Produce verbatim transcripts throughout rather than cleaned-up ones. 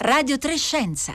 Radio tre Scienza.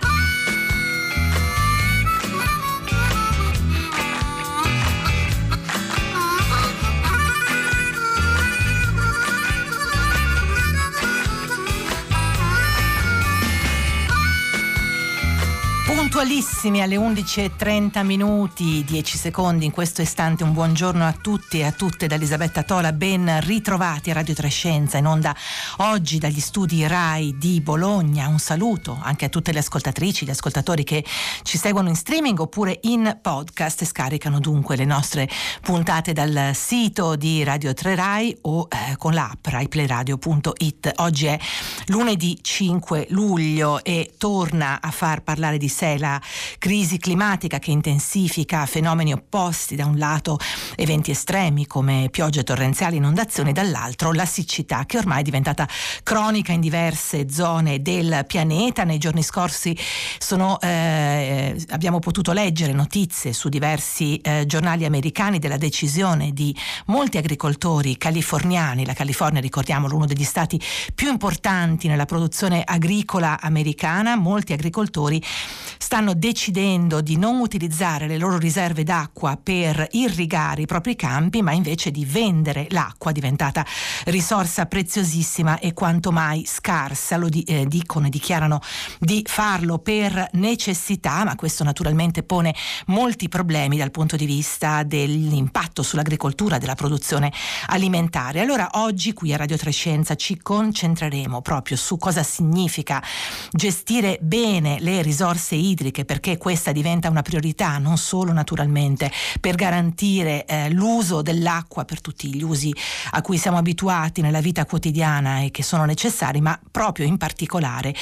Puntualissimi alle undici e trenta minuti, dieci secondi in questo istante. Un buongiorno a tutti e a tutte da Elisabetta Tola, ben ritrovati a Radio tre Scienza, in onda oggi dagli studi RAI di Bologna. Un saluto anche a tutte le ascoltatrici, gli ascoltatori che ci seguono in streaming oppure in podcast e scaricano dunque le nostre puntate dal sito di Radio tre Rai o eh, con l'app rai play radio punto it. Oggi è lunedì cinque luglio e torna a far parlare di sé la crisi climatica che intensifica fenomeni opposti: da un lato eventi estremi come piogge torrenziali, inondazioni, dall'altro la siccità, che ormai è diventata cronica in diverse zone del pianeta. Nei giorni scorsi sono, eh, abbiamo potuto leggere notizie su diversi eh, giornali americani della decisione di molti agricoltori californiani. La California, ricordiamolo, uno degli stati più importanti nella produzione agricola americana. Molti agricoltori stanno decidendo di non utilizzare le loro riserve d'acqua per irrigare i propri campi, ma invece di vendere l'acqua, diventata risorsa preziosissima e quanto mai scarsa. Lo di, eh, dicono e dichiarano di farlo per necessità, ma questo naturalmente pone molti problemi dal punto di vista dell'impatto sull'agricoltura, della produzione alimentare. Allora oggi qui a Radio tre Scienza ci concentreremo proprio su cosa significa gestire bene le risorse idriche, perché questa diventa una priorità non solo naturalmente per garantire eh, l'uso dell'acqua per tutti gli usi a cui siamo abituati nella vita quotidiana e che sono necessari, ma proprio in particolare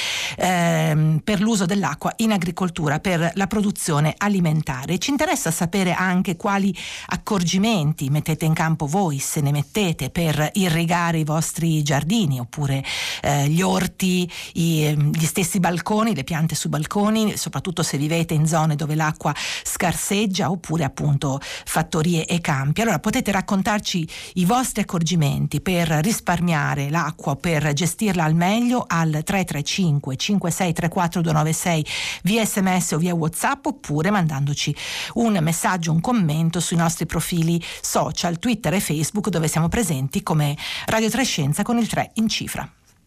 ehm, per l'uso dell'acqua in agricoltura, per la produzione alimentare. Ci interessa sapere anche quali accorgimenti mettete in campo voi, se ne mettete, per irrigare i vostri giardini oppure eh, gli orti, i, gli stessi balconi, le piante su balconi, soprattutto se vivete in zone dove l'acqua scarseggia, oppure appunto fattorie e campi. Allora potete raccontarci i vostri accorgimenti per risparmiare l'acqua, per gestirla al meglio, al tre tre cinque cinque sei tre quattro due nove sei via sms o via WhatsApp, oppure mandandoci un messaggio, un commento sui nostri profili social, Twitter e Facebook, dove siamo presenti come Radio tre Scienza con il tre in cifra.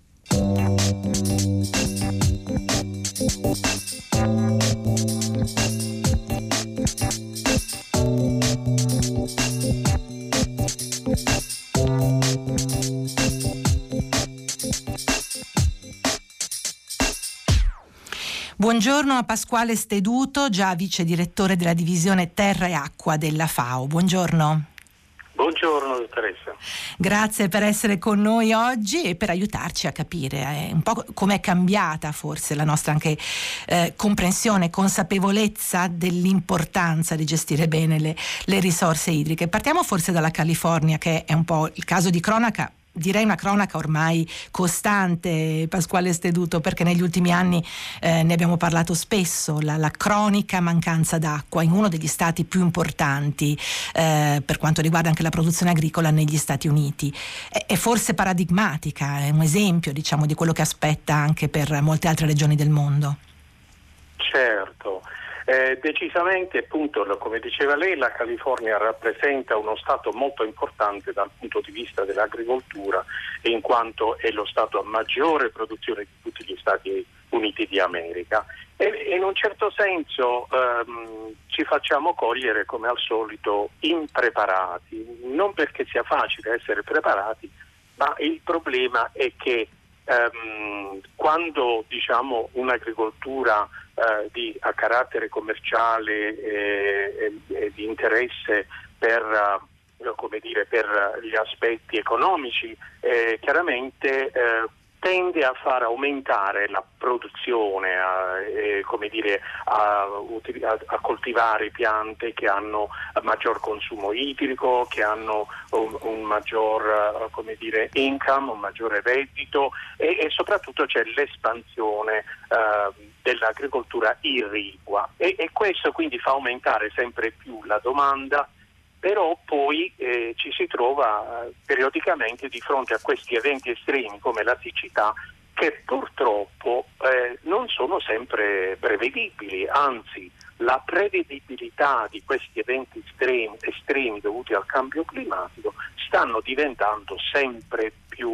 Buongiorno a Pasquale Steduto, già vice direttore della divisione Terra e Acqua della FAO. Buongiorno. Buongiorno dottoressa. Grazie per essere con noi oggi e per aiutarci a capire eh, un po' com'è cambiata forse la nostra anche eh, comprensione, consapevolezza dell'importanza di gestire bene le, le risorse idriche. Partiamo forse dalla California, che è un po' il caso di cronaca, direi una cronaca ormai costante, Pasquale Steduto, perché negli ultimi anni eh, ne abbiamo parlato spesso, la, la cronica mancanza d'acqua in uno degli stati più importanti eh, per quanto riguarda anche la produzione agricola negli Stati Uniti. È, è forse paradigmatica, è un esempio, diciamo, di quello che aspetta anche per molte altre regioni del mondo. Certo. Eh, decisamente, appunto, come diceva lei, la California rappresenta uno stato molto importante dal punto di vista dell'agricoltura, in quanto è lo stato a maggiore produzione di tutti gli Stati Uniti di America, e, e in un certo senso ehm, ci facciamo cogliere come al solito impreparati, non perché sia facile essere preparati, ma il problema è che ehm, quando diciamo un'agricoltura Eh, di, a carattere commerciale e, e, e di interesse per, uh, come dire, per gli aspetti economici, eh, chiaramente eh, tende a far aumentare la produzione, a, eh, come dire, a, a, a coltivare piante che hanno maggior consumo idrico, che hanno un, un maggior, come dire, income, un maggiore reddito, e, e soprattutto c'è l'espansione eh, dell'agricoltura irrigua, e, e questo quindi fa aumentare sempre più la domanda, però poi eh, ci si trova eh, periodicamente di fronte a questi eventi estremi come la siccità, che purtroppo eh, non sono sempre prevedibili, anzi la prevedibilità di questi eventi estremi, estremi dovuti al cambio climatico stanno diventando sempre più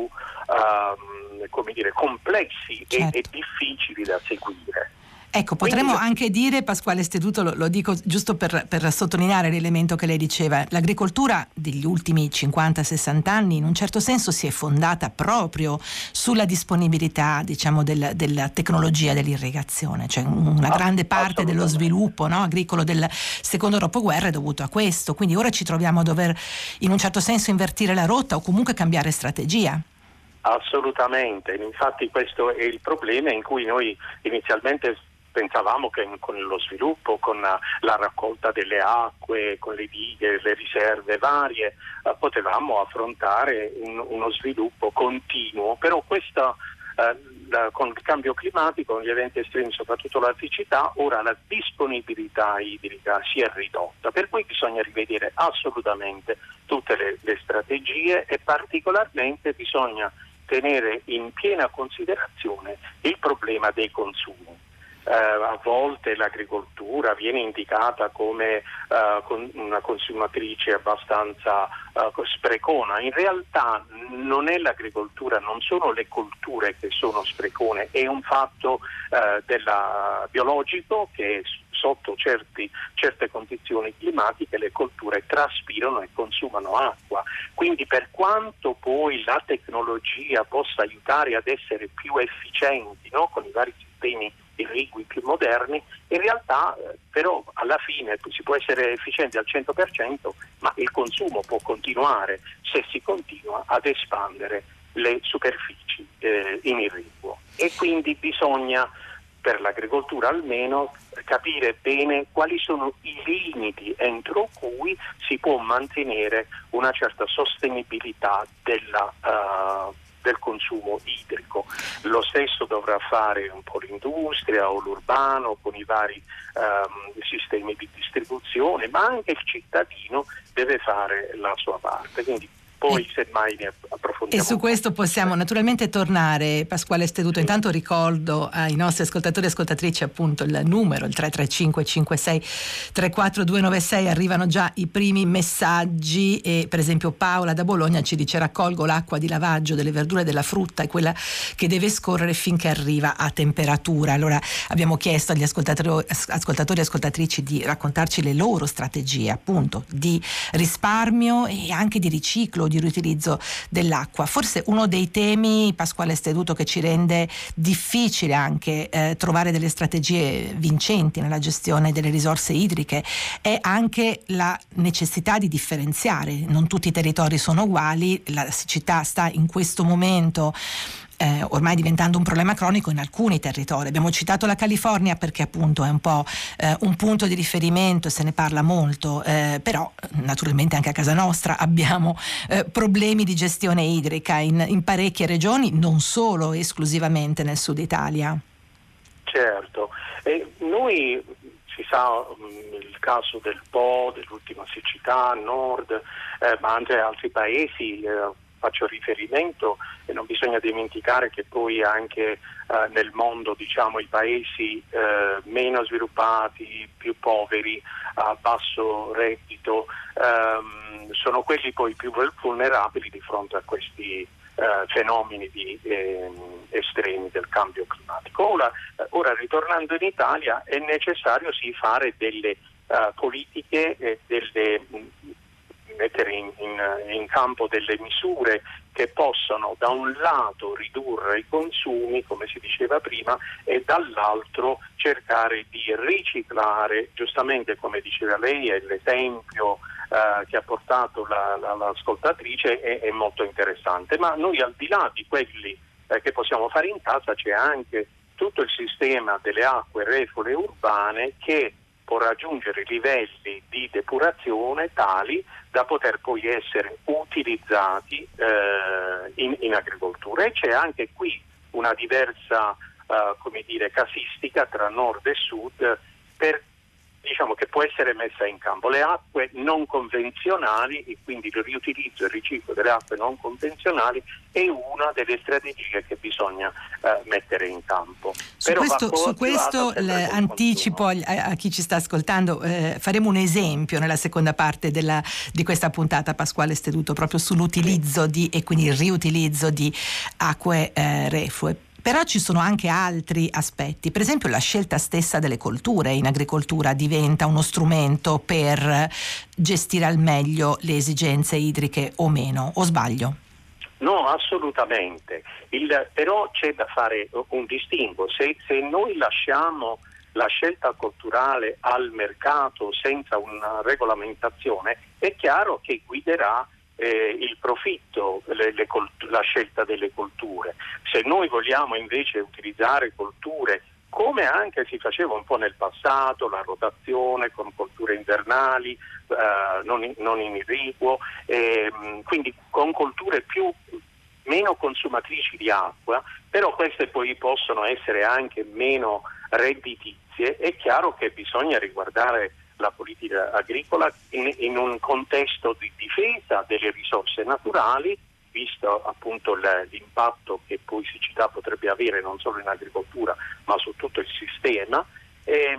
um, come dire, complessi certo. e, e difficili da seguire. Ecco, potremmo Quindi, anche dire, Pasquale Steduto, lo, lo dico giusto per, per sottolineare l'elemento che lei diceva, l'agricoltura degli ultimi cinquanta sessanta anni in un certo senso si è fondata proprio sulla disponibilità, diciamo, del, della tecnologia dell'irrigazione, cioè una ah, grande parte dello sviluppo, no, agricolo del secondo dopoguerra è dovuto a questo, quindi ora ci troviamo a dover in un certo senso invertire la rotta o comunque cambiare strategia. Assolutamente, infatti questo è il problema in cui noi inizialmente pensavamo che con lo sviluppo, con la raccolta delle acque, con le dighe, le riserve varie, eh, potevamo affrontare un, uno sviluppo continuo, però questa, eh, la, con il cambio climatico, con gli eventi estremi, soprattutto la siccità, ora la disponibilità idrica si è ridotta, per cui bisogna rivedere assolutamente tutte le, le strategie e particolarmente bisogna tenere in piena considerazione il problema dei consumi. Uh, a volte l'agricoltura viene indicata come uh, con una consumatrice abbastanza uh, sprecona. In realtà non è l'agricoltura, non sono le colture che sono sprecone, è un fatto uh, della, biologico che sotto certi, certe condizioni climatiche le colture traspirano e consumano acqua. Quindi per quanto poi la tecnologia possa aiutare ad essere più efficienti, no, con i vari sistemi irrigui più moderni, in realtà eh, però alla fine si può essere efficienti al cento per cento, ma il consumo può continuare se si continua ad espandere le superfici eh, in irriguo, e quindi bisogna, per l'agricoltura almeno, capire bene quali sono i limiti entro cui si può mantenere una certa sostenibilità della uh, del consumo idrico. Lo stesso dovrà fare un po' l'industria o l'urbano con i vari um, sistemi di distribuzione, ma anche il cittadino deve fare la sua parte. Quindi poi semmai ne approfondiamo. E su questo possiamo naturalmente tornare, Pasquale Steduto. Sì. Intanto ricordo ai nostri ascoltatori e ascoltatrici appunto il numero, il tre tre cinque cinque sei tre quattro due nove sei, arrivano già i primi messaggi e per esempio Paola da Bologna ci dice: raccolgo l'acqua di lavaggio delle verdure e della frutta, è quella che deve scorrere finché arriva a temperatura. Allora abbiamo chiesto agli ascoltatori, ascoltatori e ascoltatrici di raccontarci le loro strategie appunto di risparmio e anche di riciclo, di riutilizzo dell'acqua. Forse uno dei temi, Pasquale Steduto, che ci rende difficile anche eh, trovare delle strategie vincenti nella gestione delle risorse idriche è anche la necessità di differenziare. Non tutti i territori sono uguali, la siccità sta in questo momento Eh, ormai diventando un problema cronico in alcuni territori. Abbiamo citato la California perché appunto è un po' eh, un punto di riferimento, se ne parla molto, eh, però naturalmente anche a casa nostra abbiamo eh, problemi di gestione idrica in, in parecchie regioni, non solo esclusivamente nel sud Italia. Certo, e noi si sa mh, il caso del Po, dell'ultima siccità a nord, eh, ma anche altri paesi, eh, faccio riferimento, e non bisogna dimenticare che poi anche eh, nel mondo, diciamo, i paesi eh, meno sviluppati, più poveri, a basso reddito, ehm, sono quelli poi più vulnerabili di fronte a questi eh, fenomeni di, eh, estremi del cambio climatico. Ora, ora, ritornando in Italia, è necessario sì fare delle eh, politiche, eh, delle mettere in, in, in campo delle misure che possano da un lato ridurre i consumi, come si diceva prima, e dall'altro cercare di riciclare, giustamente come diceva lei, e l'esempio eh, che ha portato la, la, l'ascoltatrice è, è molto interessante, ma noi al di là di quelli eh, che possiamo fare in casa c'è anche tutto il sistema delle acque reflue urbane che può raggiungere livelli di depurazione tali da poter poi essere utilizzati eh, in, in agricoltura, e c'è anche qui una diversa eh, come dire, casistica tra nord e sud per, diciamo, diciamo che può essere messa in campo. Le acque non convenzionali, e quindi il riutilizzo e il riciclo delle acque non convenzionali, è una delle strategie che bisogna eh, mettere in campo. Su Però questo, su questo anticipo a, a chi ci sta ascoltando, eh, faremo un esempio nella seconda parte della, di questa puntata, Pasquale Steduto, proprio sull'utilizzo di, e quindi il riutilizzo di acque eh, reflue. Però ci sono anche altri aspetti, per esempio la scelta stessa delle colture in agricoltura diventa uno strumento per gestire al meglio le esigenze idriche o meno, o sbaglio? No, assolutamente. Il, però c'è da fare un distinguo. Se, se noi lasciamo la scelta culturale al mercato senza una regolamentazione, è chiaro che guiderà eh, il profitto, le, le colt- la scelta delle colture. Se noi vogliamo invece utilizzare colture come anche si faceva un po' nel passato, la rotazione con colture invernali, eh, non, in, non in irriguo, eh, quindi con colture più meno consumatrici di acqua, però queste poi possono essere anche meno redditizie. È chiaro che bisogna riguardare la politica agricola in, in un contesto di difesa delle risorse naturali, visto appunto l'impatto che poi siccità potrebbe avere non solo in agricoltura ma su tutto il sistema, e,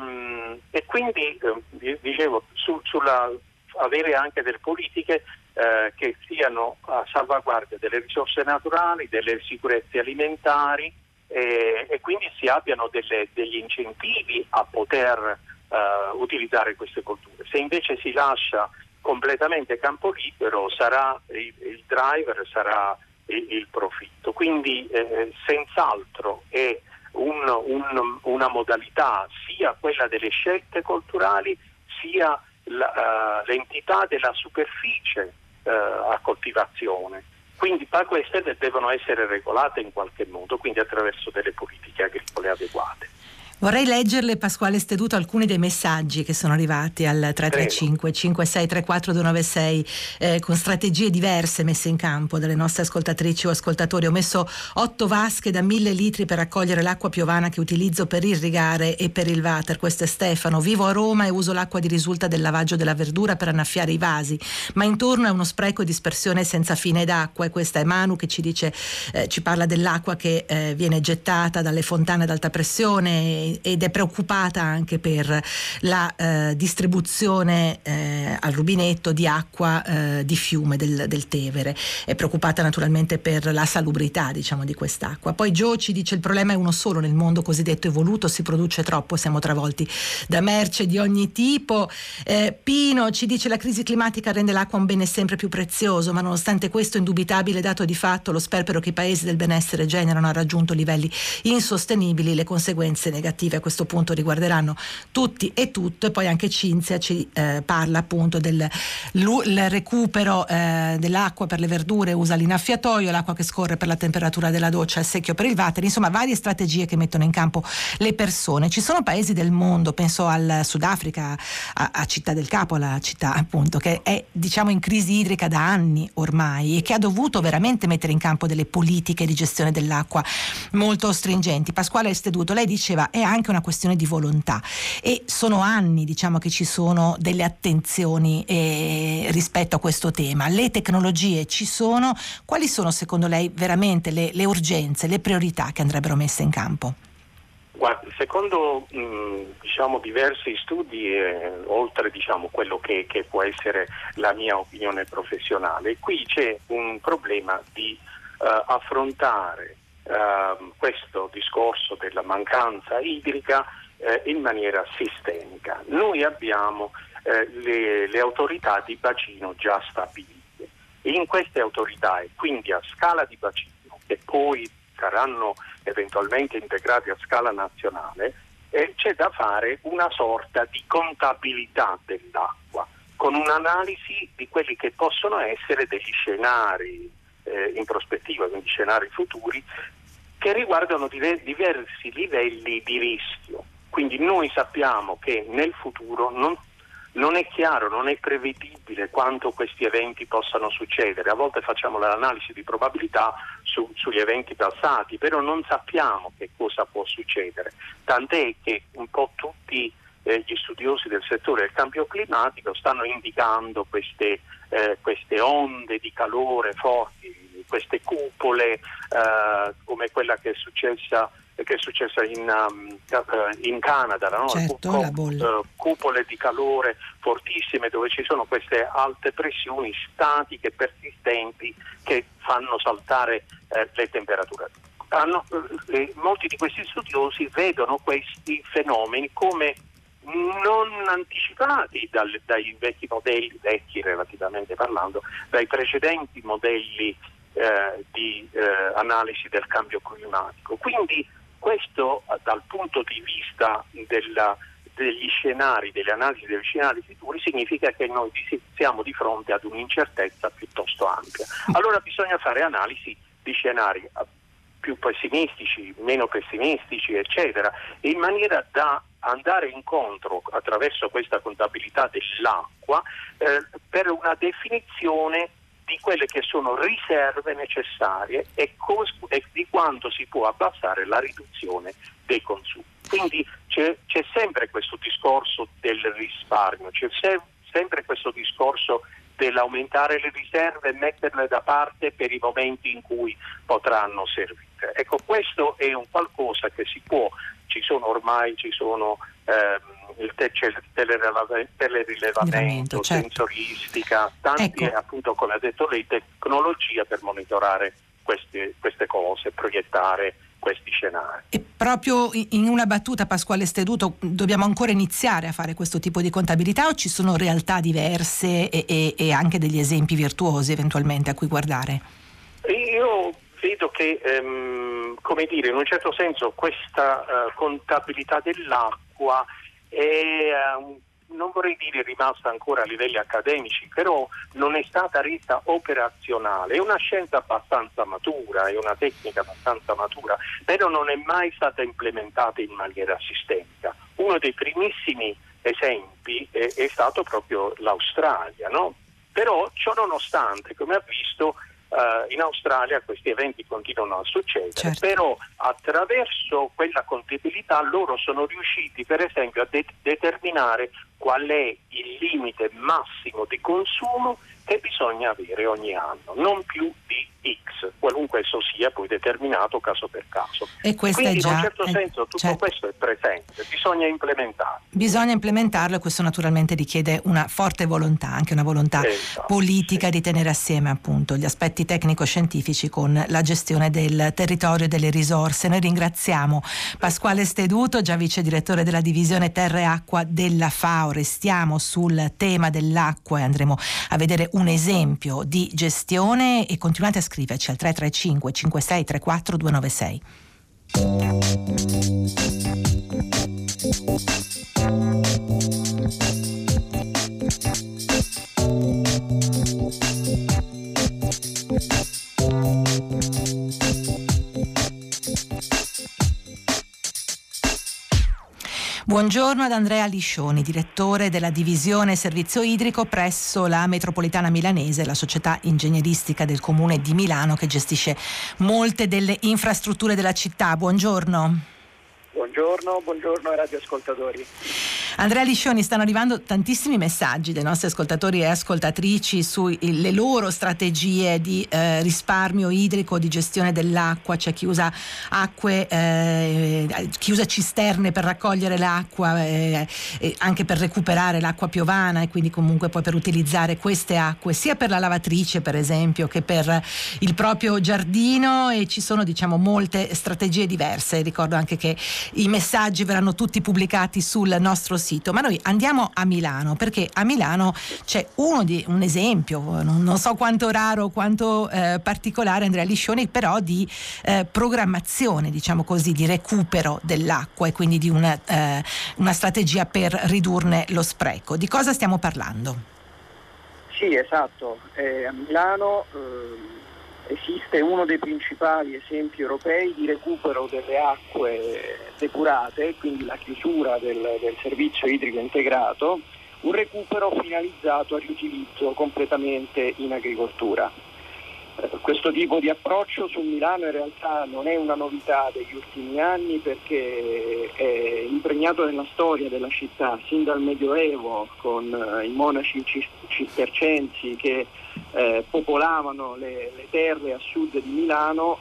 e quindi eh, dicevo su, sulla avere anche delle politiche eh, che siano a salvaguardia delle risorse naturali, delle sicurezze alimentari, eh, e quindi si abbiano delle, degli incentivi a poter eh, utilizzare queste colture. Se invece si lascia completamente campo libero, sarà il, il driver sarà il, il profitto. Quindi eh, senz'altro è un, un, una modalità sia quella delle scelte culturali sia la, uh, l'entità della superficie uh, a coltivazione. Quindi queste devono essere regolate in qualche modo, quindi attraverso delle politiche agricole adeguate. Vorrei leggerle, Pasquale Steduto, alcuni dei messaggi che sono arrivati al tre tre cinque cinque sei tre quattro due nove sei eh, con strategie diverse messe in campo dalle nostre ascoltatrici o ascoltatori. Ho messo otto vasche da mille litri per raccogliere l'acqua piovana che utilizzo per irrigare e per il water. Questo è Stefano. Vivo a Roma e uso l'acqua di risulta del lavaggio della verdura per annaffiare i vasi, ma intorno è uno spreco e dispersione senza fine d'acqua. E questa è Manu che ci dice, eh, ci parla dell'acqua che eh, viene gettata dalle fontane ad alta pressione ed è preoccupata anche per la eh, distribuzione eh, al rubinetto di acqua eh, di fiume del, del Tevere. È preoccupata naturalmente per la salubrità, diciamo, di quest'acqua. Poi Gio ci dice: il problema è uno solo nel mondo cosiddetto evoluto, si produce troppo, siamo travolti da merce di ogni tipo. eh, Pino ci dice: la crisi climatica rende l'acqua un bene sempre più prezioso, ma nonostante questo indubitabile dato di fatto, lo sperpero che i paesi del benessere generano ha raggiunto livelli insostenibili. Le conseguenze negative a questo punto riguarderanno tutti e tutte. E poi anche Cinzia ci eh, parla appunto del il recupero eh, dell'acqua per le verdure, usa l'innaffiatoio, l'acqua che scorre per la temperatura della doccia, il secchio per il water, insomma varie strategie che mettono in campo le persone. Ci sono paesi del mondo, penso al Sudafrica, a, a Città del Capo, la città appunto che è diciamo in crisi idrica da anni ormai e che ha dovuto veramente mettere in campo delle politiche di gestione dell'acqua molto stringenti. Pasquale Steduto, lei diceva è anche una questione di volontà e sono anni diciamo che ci sono delle attenzioni eh, rispetto a questo tema. Le tecnologie ci sono, quali sono secondo lei veramente le, le urgenze, le priorità che andrebbero messe in campo? Guardi, secondo mh, diciamo diversi studi, eh, oltre diciamo quello che, che può essere la mia opinione professionale, qui c'è un problema di uh, affrontare Uh, questo discorso della mancanza idrica uh, in maniera sistemica. Noi abbiamo uh, le, le autorità di bacino già stabilite. In queste autorità e quindi a scala di bacino, che poi saranno eventualmente integrati a scala nazionale, eh, c'è da fare una sorta di contabilità dell'acqua, con un'analisi di quelli che possono essere degli scenari Eh, in prospettiva, quindi scenari futuri che riguardano diver- diversi livelli di rischio. Quindi noi sappiamo che nel futuro non, non è chiaro, non è prevedibile quanto questi eventi possano succedere. A volte facciamo l'analisi di probabilità su, sugli eventi passati, però non sappiamo che cosa può succedere, tant'è che un po' tutti eh, gli studiosi del settore del cambio climatico stanno indicando queste, eh, queste onde di calore forti, queste cupole eh, come quella che è successa che è successa in, um, in Canada, no? Certo, Cu- la bolla. uh, cupole di calore fortissime dove ci sono queste alte pressioni statiche persistenti che fanno saltare eh, le temperature. Hanno, eh, molti di questi studiosi vedono questi fenomeni come non anticipati dal, dai vecchi modelli, vecchi relativamente parlando, dai precedenti modelli eh, di eh, analisi del cambio climatico. Quindi questo dal punto di vista della, degli scenari, delle analisi degli scenari futuri, significa che noi siamo di fronte ad un'incertezza piuttosto ampia. Allora bisogna fare analisi di scenari più pessimistici, meno pessimistici, eccetera, in maniera da andare incontro attraverso questa contabilità dell'acqua eh, per una definizione di quelle che sono riserve necessarie e, cos- e di quanto si può abbassare la riduzione dei consumi. Quindi c'è, c'è sempre questo discorso del risparmio, c'è se- sempre questo discorso dell'aumentare le riserve e metterle da parte per i momenti in cui potranno servire. Ecco, questo è un qualcosa che si può, ci sono ormai, ci sono ehm, il te- c'è il telerilevamento, telerilevamento certo. sensoristica, tanti ecco. appunto come ha detto lei, tecnologia per monitorare queste, queste cose, proiettare questi scenari. E proprio in una battuta, Pasquale Steduto, dobbiamo ancora iniziare a fare questo tipo di contabilità o ci sono realtà diverse e, e, e anche degli esempi virtuosi eventualmente a cui guardare? Io vedo che, ehm, come dire, in un certo senso questa uh, contabilità dell'acqua è, um, non vorrei dire rimasta ancora a livelli accademici, però non è stata resa operazionale. È una scienza abbastanza matura, è una tecnica abbastanza matura, però non è mai stata implementata in maniera sistemica. Uno dei primissimi esempi è, è stato proprio l'Australia, no? Però ciò nonostante, come ha visto, Uh, in Australia questi eventi continuano a succedere, certo. Però attraverso quella contabilità loro sono riusciti per esempio a de- determinare qual è il limite massimo di consumo che bisogna avere ogni anno, non più di X, qualunque esso sia poi determinato caso per caso. E Quindi già, in un certo eh, senso tutto certo. questo è presente, bisogna implementarlo. Bisogna implementarlo e questo naturalmente richiede una forte volontà, anche una volontà esatto, politica sì. di tenere assieme appunto gli aspetti tecnico-scientifici con la gestione del territorio e delle risorse. Noi ringraziamo Pasquale Steduto, già vice direttore della divisione Terra e Acqua della FAO. Restiamo sul tema dell'acqua e andremo a vedere un esempio di gestione e continuate a scriverci al tre tre cinque cinque sei tre quattro due nove sei. Buongiorno ad Andrea Liscioni, direttore della divisione servizio idrico presso la metropolitana milanese, la società ingegneristica del comune di Milano che gestisce molte delle infrastrutture della città. Buongiorno. Buongiorno, buongiorno ai radioascoltatori. Andrea Liscioni, stanno arrivando tantissimi messaggi dei nostri ascoltatori e ascoltatrici sulle loro strategie di eh, risparmio idrico, di gestione dell'acqua. C'è chi usa acque, eh, chi usa cisterne per raccogliere l'acqua, eh, eh, anche per recuperare l'acqua piovana e quindi comunque poi per utilizzare queste acque sia per la lavatrice per esempio che per il proprio giardino, e ci sono diciamo molte strategie diverse. Ricordo anche che i messaggi verranno tutti pubblicati sul nostro sito, ma noi andiamo a Milano perché a Milano c'è uno di, un esempio, non, non so quanto raro, quanto eh, particolare, Andrea Liscioni, però di eh, programmazione, diciamo così, di recupero dell'acqua e quindi di una, eh, una strategia per ridurne lo spreco. Di cosa stiamo parlando? Sì, esatto. Eh, a Milano eh, esiste uno dei principali esempi europei di recupero delle acque depurate, quindi la chiusura del, del servizio idrico integrato, un recupero finalizzato al riutilizzo completamente in agricoltura. Questo tipo di approccio su Milano in realtà non è una novità degli ultimi anni, perché è impregnato nella storia della città sin dal Medioevo, con i monaci cistercensi che eh, popolavano le, le terre a sud di Milano.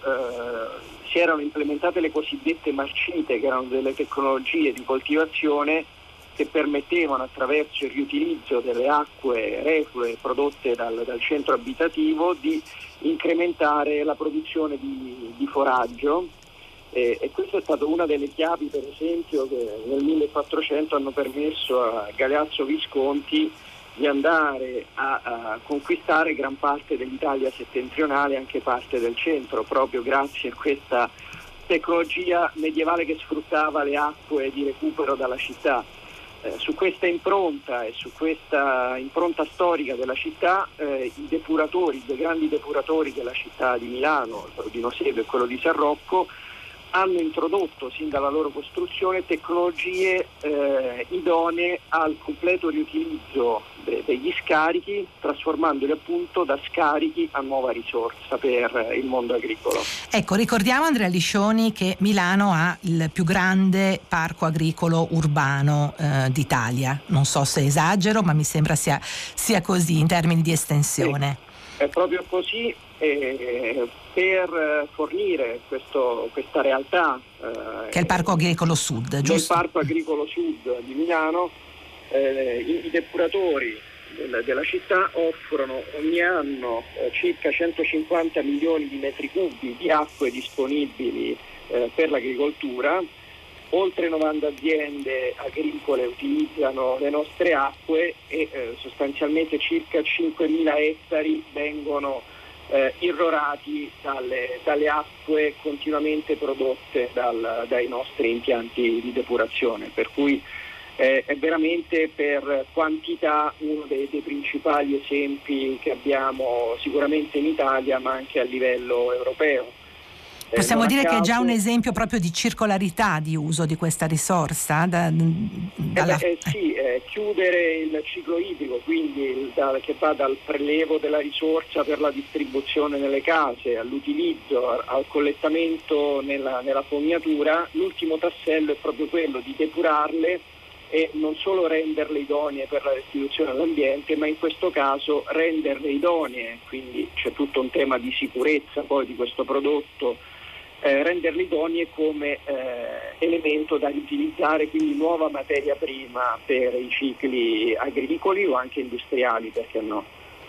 Eh, si erano implementate le cosiddette marcite, che erano delle tecnologie di coltivazione che permettevano, attraverso il riutilizzo delle acque reflue prodotte dal, dal centro abitativo, di incrementare la produzione di, di foraggio, e, e questa è stata una delle chiavi, per esempio, che nel millequattrocento hanno permesso a Galeazzo Visconti di andare a, a conquistare gran parte dell'Italia settentrionale, anche parte del centro, proprio grazie a questa tecnologia medievale che sfruttava le acque di recupero dalla città. Eh, su questa impronta e su questa impronta storica della città, eh, i depuratori, i due grandi depuratori della città di Milano, quello di Nosedo e quello di San Rocco, hanno introdotto sin dalla loro costruzione tecnologie eh, idonee al completo riutilizzo de- degli scarichi, trasformandoli appunto da scarichi a nuova risorsa per il mondo agricolo. Ecco, ricordiamo, Andrea Liscioni, che Milano ha il più grande parco agricolo urbano eh, d'Italia. Non so se esagero, ma mi sembra sia, sia così in termini di estensione. Sì, è proprio così. Eh, per fornire questo, questa realtà eh, che è il Parco Agricolo Sud, giusto? Il Parco Agricolo Sud di Milano, eh, i, i depuratori del, della città offrono ogni anno eh, circa centocinquanta milioni di metri cubi di acque disponibili eh, per l'agricoltura. Oltre novanta aziende agricole utilizzano le nostre acque e eh, sostanzialmente circa cinquemila ettari vengono Eh, irrorati dalle, dalle acque continuamente prodotte dal, dai nostri impianti di depurazione, per cui eh, è veramente per quantità uno dei, dei principali esempi che abbiamo sicuramente in Italia, ma anche a livello europeo. Possiamo eh, dire caso... che è già un esempio proprio di circolarità di uso di questa risorsa? Da, dalla... eh beh, eh, sì, eh, chiudere il ciclo idrico, quindi il, da, che va dal prelevo della risorsa per la distribuzione nelle case, all'utilizzo, al collettamento nella, nella fognatura. L'ultimo tassello è proprio quello di depurarle e non solo renderle idonee per la restituzione all'ambiente, ma in questo caso renderle idonee, quindi c'è tutto un tema di sicurezza poi di questo prodotto, Eh, renderle idonee come eh, elemento da riutilizzare, quindi nuova materia prima per i cicli agricoli o anche industriali, perché no?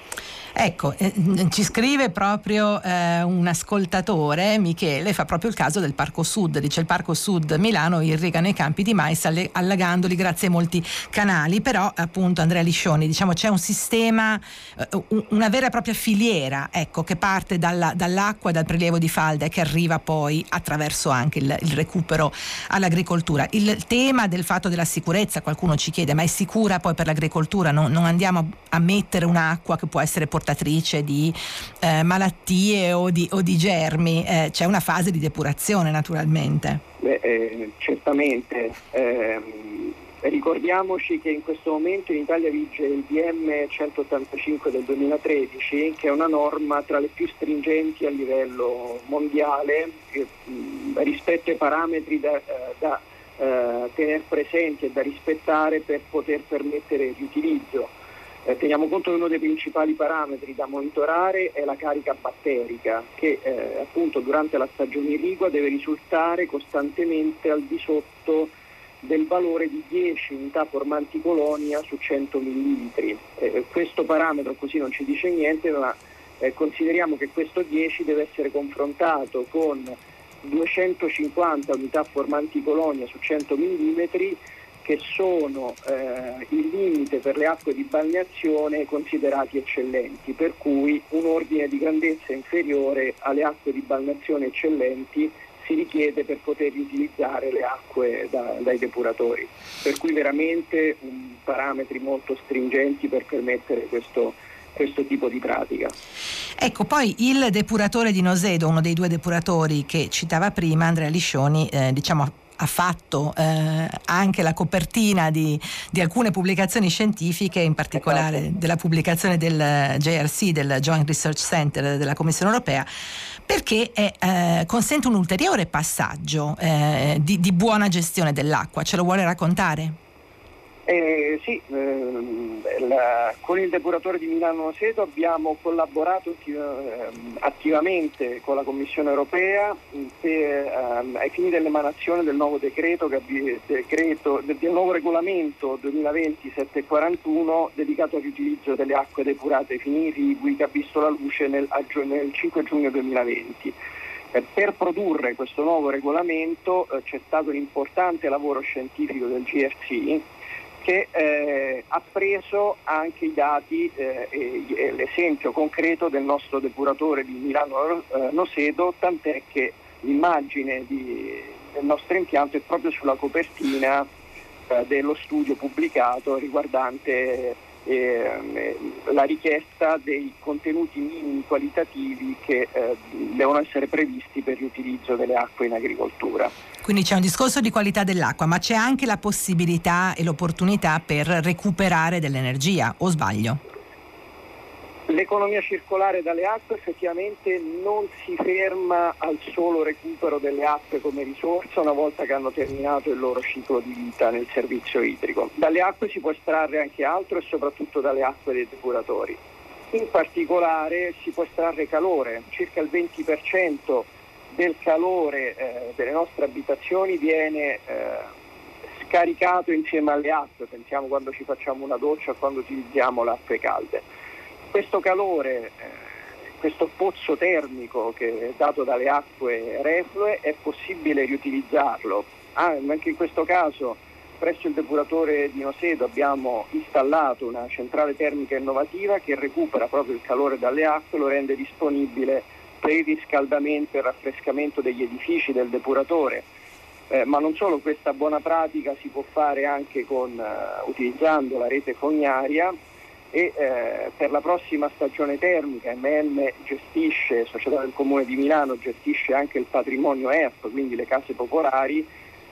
Ecco, eh, ci scrive proprio eh, un ascoltatore, Michele, fa proprio il caso del Parco Sud, dice: il Parco Sud Milano irrigano i campi di mais alle, allagandoli grazie ai molti canali, però appunto, Andrea Liscioni, diciamo c'è un sistema, eh, una vera e propria filiera, ecco, che parte dalla, dall'acqua e dal prelievo di falda e che arriva poi attraverso anche il, il recupero all'agricoltura. Il tema del fatto della sicurezza, qualcuno ci chiede: ma è sicura poi per l'agricoltura? No, non andiamo a mettere un'acqua che può essere portatrice di eh, malattie o di, o di germi? Eh, c'è una fase di depurazione, naturalmente. Beh, eh, certamente. Eh, ricordiamoci che in questo momento in Italia vige il D M centottantacinque del duemilatredici, che è una norma tra le più stringenti a livello mondiale eh, rispetto ai parametri da, da eh, tenere presenti e da rispettare per poter permettere il riutilizzo. Eh, teniamo conto che uno dei principali parametri da monitorare è la carica batterica, che eh, appunto durante la stagione irrigua deve risultare costantemente al di sotto del valore di dieci unità formanti colonia su cento millilitri. Eh, questo parametro così non ci dice niente, ma eh, consideriamo che questo dieci deve essere confrontato con duecentocinquanta unità formanti colonia su cento millimetri, che sono eh, il limite per le acque di balneazione considerati eccellenti, per cui un ordine di grandezza inferiore alle acque di balneazione eccellenti si richiede per poter riutilizzare le acque da, dai depuratori, per cui veramente um, parametri molto stringenti per permettere questo, questo tipo di pratica. Ecco, poi il depuratore di Nosedo, uno dei due depuratori che citava prima Andrea Liscioni, eh, diciamo ha fatto eh, anche la copertina di, di alcune pubblicazioni scientifiche, in particolare esatto. della pubblicazione del J R C, del Joint Research Center della Commissione Europea, perché è, eh, consente un ulteriore passaggio eh, di, di buona gestione dell'acqua. Ce lo vuole raccontare? Eh, sì, eh, la, con il depuratore di Milano Noseto abbiamo collaborato eh, attivamente con la Commissione Europea per, eh, ai fini dell'emanazione del nuovo decreto, decreto del, del nuovo regolamento duemilaventi settecentoquarantuno dedicato al riutilizzo delle acque depurate fini irrigui, che ha visto la luce nel, nel cinque giugno duemilaventi. Per produrre questo nuovo regolamento eh, c'è stato un importante lavoro scientifico del J R C che eh, ha preso anche i dati eh, e, e l'esempio concreto del nostro depuratore di Milano eh, Noseto, tant'è che l'immagine di, del nostro impianto è proprio sulla copertina eh, dello studio pubblicato riguardante eh, la richiesta dei contenuti minimi qualitativi che eh, devono essere previsti per l'utilizzo delle acque in agricoltura. Quindi c'è un discorso di qualità dell'acqua, ma c'è anche la possibilità e l'opportunità per recuperare dell'energia, o sbaglio? L'economia circolare dalle acque effettivamente non si ferma al solo recupero delle acque come risorsa una volta che hanno terminato il loro ciclo di vita nel servizio idrico. Dalle acque si può estrarre anche altro e soprattutto dalle acque dei depuratori. In particolare si può estrarre calore, circa il venti per cento del calore eh, delle nostre abitazioni viene eh, scaricato insieme alle acque. Pensiamo quando ci facciamo una doccia, quando utilizziamo le acque calde. Questo calore, eh, questo pozzo termico che è dato dalle acque reflue, è possibile riutilizzarlo. Ah, anche in questo caso presso il depuratore di Noseto abbiamo installato una centrale termica innovativa che recupera proprio il calore dalle acque e lo rende disponibile per il riscaldamento e il raffrescamento degli edifici del depuratore. Eh, ma non solo, questa buona pratica si può fare anche con, uh, utilizzando la rete fognaria e eh, per la prossima stagione termica M M gestisce, Società del Comune di Milano, gestisce anche il patrimonio E R P, quindi le case popolari.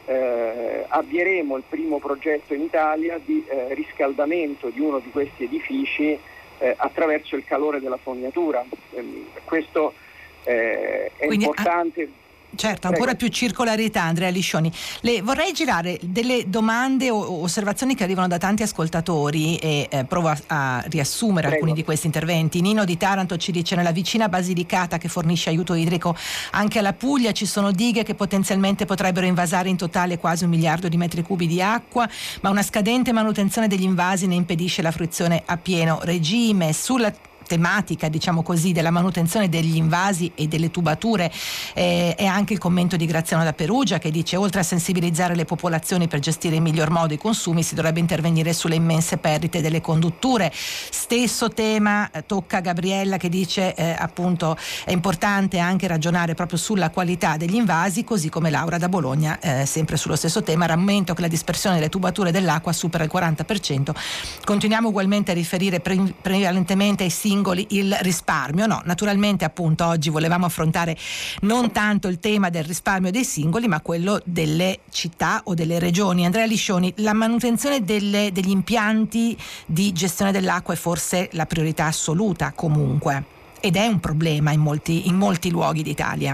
Eh, avvieremo il primo progetto in Italia di eh, riscaldamento di uno di questi edifici eh, attraverso il calore della fognatura. Eh, questo Eh, è Quindi, importante. A... Certo, ancora Prego. Più circolarità, Andrea Liscioni. Le vorrei girare delle domande o osservazioni che arrivano da tanti ascoltatori e eh, provo a, a riassumere Prego. alcuni di questi interventi. Nino di Taranto ci dice: nella vicina Basilicata, che fornisce aiuto idrico anche alla Puglia, ci sono dighe che potenzialmente potrebbero invasare in totale quasi un miliardo di metri cubi di acqua, ma una scadente manutenzione degli invasi ne impedisce la fruizione a pieno regime. Sulla tematica, diciamo così, della manutenzione degli invasi e delle tubature eh, e anche il commento di Graziano da Perugia, che dice: oltre a sensibilizzare le popolazioni per gestire in miglior modo i consumi, si dovrebbe intervenire sulle immense perdite delle condutture. Stesso tema eh, tocca Gabriella, che dice eh, appunto è importante anche ragionare proprio sulla qualità degli invasi, così come Laura da Bologna, eh, sempre sullo stesso tema: rammento che la dispersione delle tubature dell'acqua supera il quaranta per cento. Continuiamo ugualmente a riferire pre- prevalentemente ai singoli il risparmio. No, naturalmente appunto oggi volevamo affrontare non tanto il tema del risparmio dei singoli, ma quello delle città o delle regioni. Andrea Liscioni, la manutenzione delle, degli impianti di gestione dell'acqua è forse la priorità assoluta comunque, ed è un problema in molti, in molti luoghi d'Italia.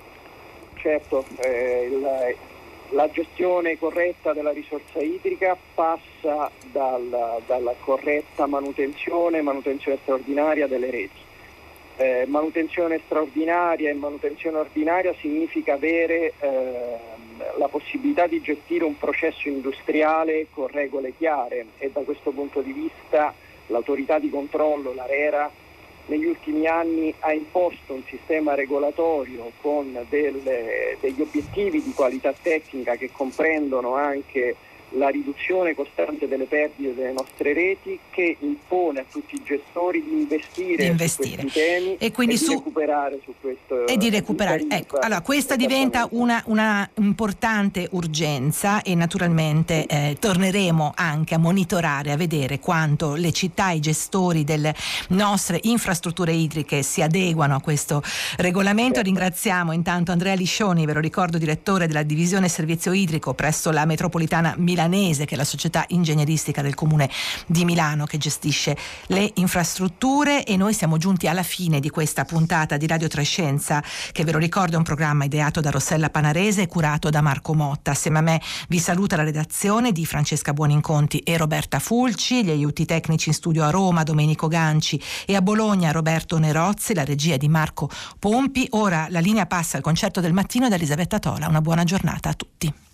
Certo, eh, il, la gestione corretta della risorsa idrica passa dalla, dalla corretta manutenzione, manutenzione straordinaria delle reti. Eh, manutenzione straordinaria e manutenzione ordinaria significa avere eh, la possibilità di gestire un processo industriale con regole chiare, e da questo punto di vista l'autorità di controllo, l'ARERA, negli ultimi anni ha imposto un sistema regolatorio con delle, degli obiettivi di qualità tecnica che comprendono anche la riduzione costante delle perdite delle nostre reti, che impone a tutti i gestori di investire, di investire. su questi temi e, quindi e su... di recuperare su questo. E di recuperare. Ecco, allora questa diventa una, una importante urgenza e naturalmente eh, torneremo anche a monitorare, a vedere quanto le città e i gestori delle nostre infrastrutture idriche si adeguano a questo regolamento. Certo. Ringraziamo intanto Andrea Liscioni, ve lo ricordo, direttore della divisione servizio idrico presso la metropolitana milanese, che è la società ingegneristica del comune di Milano che gestisce le infrastrutture. E noi siamo giunti alla fine di questa puntata di Radio Trescenza, che ve lo ricordo è un programma ideato da Rossella Panarese e curato da Marco Motta. Assieme a me vi saluta la redazione di Francesca Buoninconti e Roberta Fulci, gli aiuti tecnici in studio a Roma Domenico Ganci e a Bologna Roberto Nerozzi, la regia di Marco Pompi. Ora la linea passa al concerto del mattino da Elisabetta Tola. Una buona giornata a tutti.